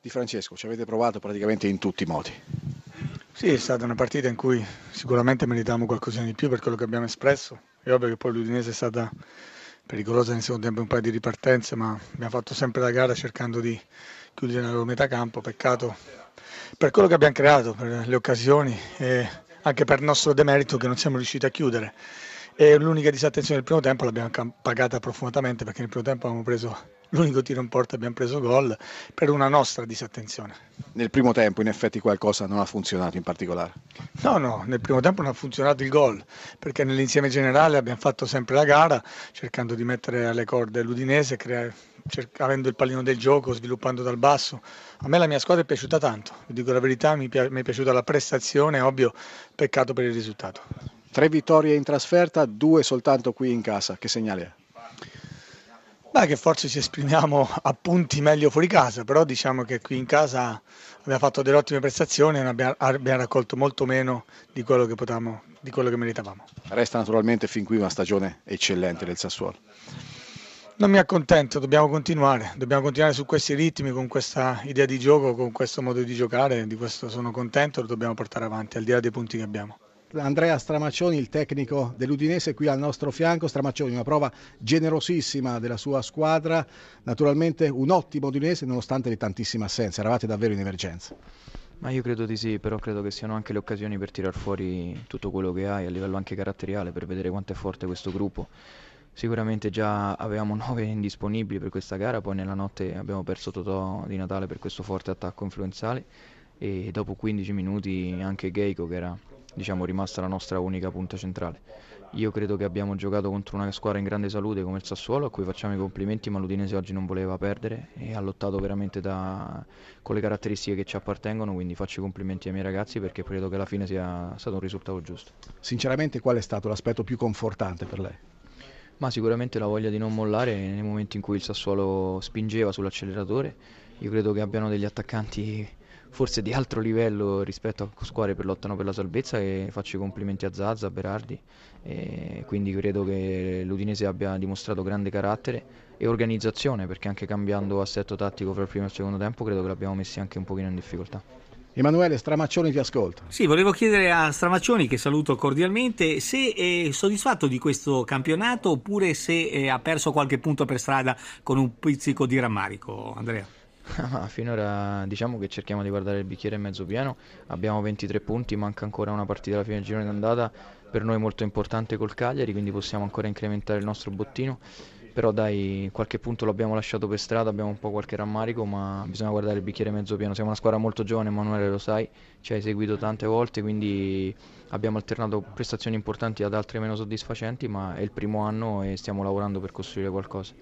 Di Francesco, ci avete provato praticamente in tutti i modi. Sì, è stata una partita in cui sicuramente meritavamo qualcosina di più per quello che abbiamo espresso. È ovvio che poi l'Udinese è stata pericolosa nel secondo tempo, un paio di ripartenze, ma abbiamo fatto sempre la gara cercando di chiudere la loro metà campo. Peccato per quello che abbiamo creato, per le occasioni e anche per il nostro demerito che non siamo riusciti a chiudere. E l'unica disattenzione del primo tempo l'abbiamo pagata profumatamente perché nel primo tempo avevamo preso l'unico tiro in porta e abbiamo preso gol per una nostra disattenzione. Nel primo tempo in effetti qualcosa non ha funzionato in particolare. No, nel primo tempo non ha funzionato il gol, perché nell'insieme generale abbiamo fatto sempre la gara, cercando di mettere alle corde l'Udinese, avendo il pallino del gioco, sviluppando dal basso. A me la mia squadra è piaciuta tanto, vi dico la verità, mi è piaciuta la prestazione, ovvio, peccato per il risultato. 3 vittorie in trasferta, 2 soltanto qui in casa, che segnale è? Beh, che forse ci esprimiamo a punti meglio fuori casa, però diciamo che qui in casa abbiamo fatto delle ottime prestazioni e abbiamo raccolto molto meno di quello che potevamo, di quello che meritavamo. Resta naturalmente fin qui una stagione eccellente del Sassuolo. Non mi accontento, dobbiamo continuare su questi ritmi, con questa idea di gioco, con questo modo di giocare, di questo sono contento, lo dobbiamo portare avanti al di là dei punti che abbiamo. Andrea Stramaccioni, il tecnico dell'Udinese, qui al nostro fianco. Stramaccioni, una prova generosissima della sua squadra, naturalmente un ottimo Udinese nonostante le tantissime assenze, eravate davvero in emergenza. Ma io credo di sì, però credo che siano anche le occasioni per tirar fuori tutto quello che hai a livello anche caratteriale, per vedere quanto è forte questo gruppo. Sicuramente già avevamo 9 indisponibili per questa gara, poi nella notte abbiamo perso Totò di Natale per questo forte attacco influenzale e dopo 15 minuti anche Geico, che era rimasta la nostra unica punta centrale. Io credo che abbiamo giocato contro una squadra in grande salute come il Sassuolo, a cui facciamo i complimenti, ma l'Udinese oggi non voleva perdere e ha lottato veramente con le caratteristiche che ci appartengono, quindi faccio i complimenti ai miei ragazzi perché credo che alla fine sia stato un risultato giusto. Sinceramente, qual è stato l'aspetto più confortante per lei? Ma sicuramente la voglia di non mollare nei momenti in cui il Sassuolo spingeva sull'acceleratore. Io credo che abbiano degli attaccanti forse di altro livello rispetto a squadre che lottano per la salvezza, e faccio i complimenti a Zaza, a Berardi, e quindi credo che l'Udinese abbia dimostrato grande carattere e organizzazione, perché anche cambiando assetto tattico fra il primo e il secondo tempo credo che l'abbiamo messi anche un pochino in difficoltà. Emanuele Stramaccioni ti ascolta. Sì, volevo chiedere a Stramaccioni, che saluto cordialmente, se è soddisfatto di questo campionato oppure se ha perso qualche punto per strada con un pizzico di rammarico, Andrea. Finora diciamo che cerchiamo di guardare il bicchiere mezzo pieno, abbiamo 23 punti, manca ancora una partita alla fine del girone d'andata, per noi molto importante col Cagliari, quindi possiamo ancora incrementare il nostro bottino, però dai, qualche punto l'abbiamo lasciato per strada, abbiamo un po' qualche rammarico, ma bisogna guardare il bicchiere mezzo pieno. Siamo una squadra molto giovane, Emanuele lo sai, ci hai seguito tante volte, quindi abbiamo alternato prestazioni importanti ad altre meno soddisfacenti, ma è il primo anno e stiamo lavorando per costruire qualcosa.